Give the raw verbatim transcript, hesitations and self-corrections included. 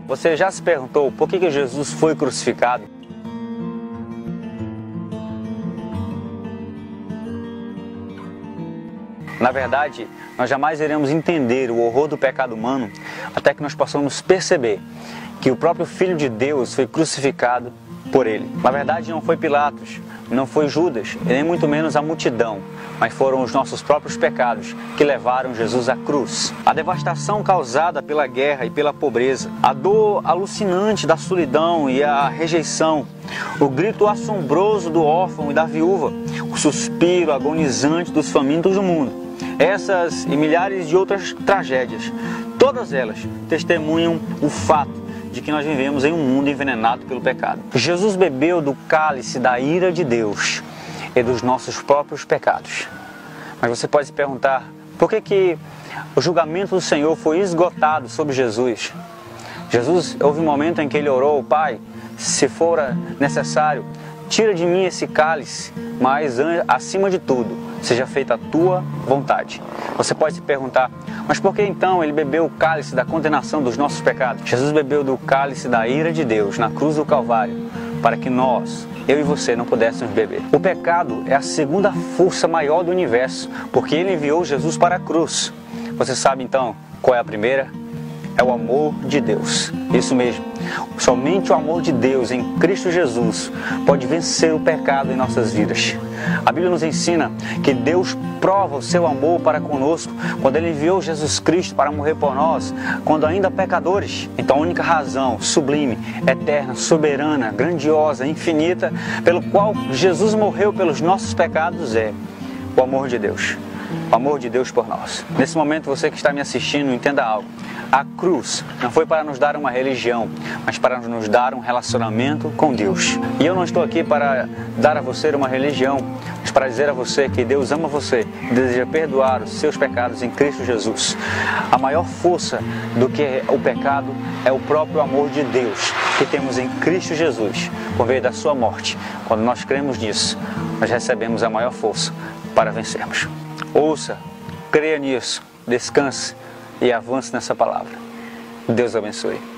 Você já se perguntou por que que Jesus foi crucificado? Na verdade, nós jamais iremos entender o horror do pecado humano até que nós possamos perceber que o próprio Filho de Deus foi crucificado por ele. Na verdade, não foi Pilatos, não foi Judas, e nem muito menos a multidão, mas foram os nossos próprios pecados que levaram Jesus à cruz. A devastação causada pela guerra e pela pobreza, a dor alucinante da solidão e a rejeição, o grito assombroso do órfão e da viúva, o suspiro agonizante dos famintos do mundo, essas e milhares de outras tragédias, todas elas testemunham o fato de que nós vivemos em um mundo envenenado pelo pecado. Jesus bebeu do cálice da ira de Deus e dos nossos próprios pecados. Mas você pode se perguntar, por que que o julgamento do Senhor foi esgotado sobre Jesus? Jesus, houve um momento em que ele orou: Pai, se for necessário, tira de mim esse cálice, mas acima de tudo, seja feita a tua vontade. Você pode se perguntar, mas por que então ele bebeu o cálice da condenação dos nossos pecados? Jesus bebeu do cálice da ira de Deus na cruz do Calvário, para que nós, eu e você, não pudéssemos beber. O pecado é a segunda força maior do universo, porque ele enviou Jesus para a cruz. Você sabe então qual é a primeira? É o amor de Deus. Isso mesmo. Somente o amor de Deus em Cristo Jesus pode vencer o pecado em nossas vidas. A Bíblia nos ensina que Deus prova o seu amor para conosco quando Ele enviou Jesus Cristo para morrer por nós, quando ainda pecadores. Então a única razão sublime, eterna, soberana, grandiosa, infinita, pelo qual Jesus morreu pelos nossos pecados é o amor de Deus. O amor de Deus por nós. Nesse momento, você que está me assistindo, entenda algo. A cruz não foi para nos dar uma religião, mas para nos dar um relacionamento com Deus. E eu não estou aqui para dar a você uma religião, mas para dizer a você que Deus ama você e deseja perdoar os seus pecados em Cristo Jesus. A maior força do que o pecado é o próprio amor de Deus que temos em Cristo Jesus, por meio da sua morte. Quando nós cremos nisso, nós recebemos a maior força para vencermos. Ouça, creia nisso, descanse e avance nessa palavra. Deus abençoe.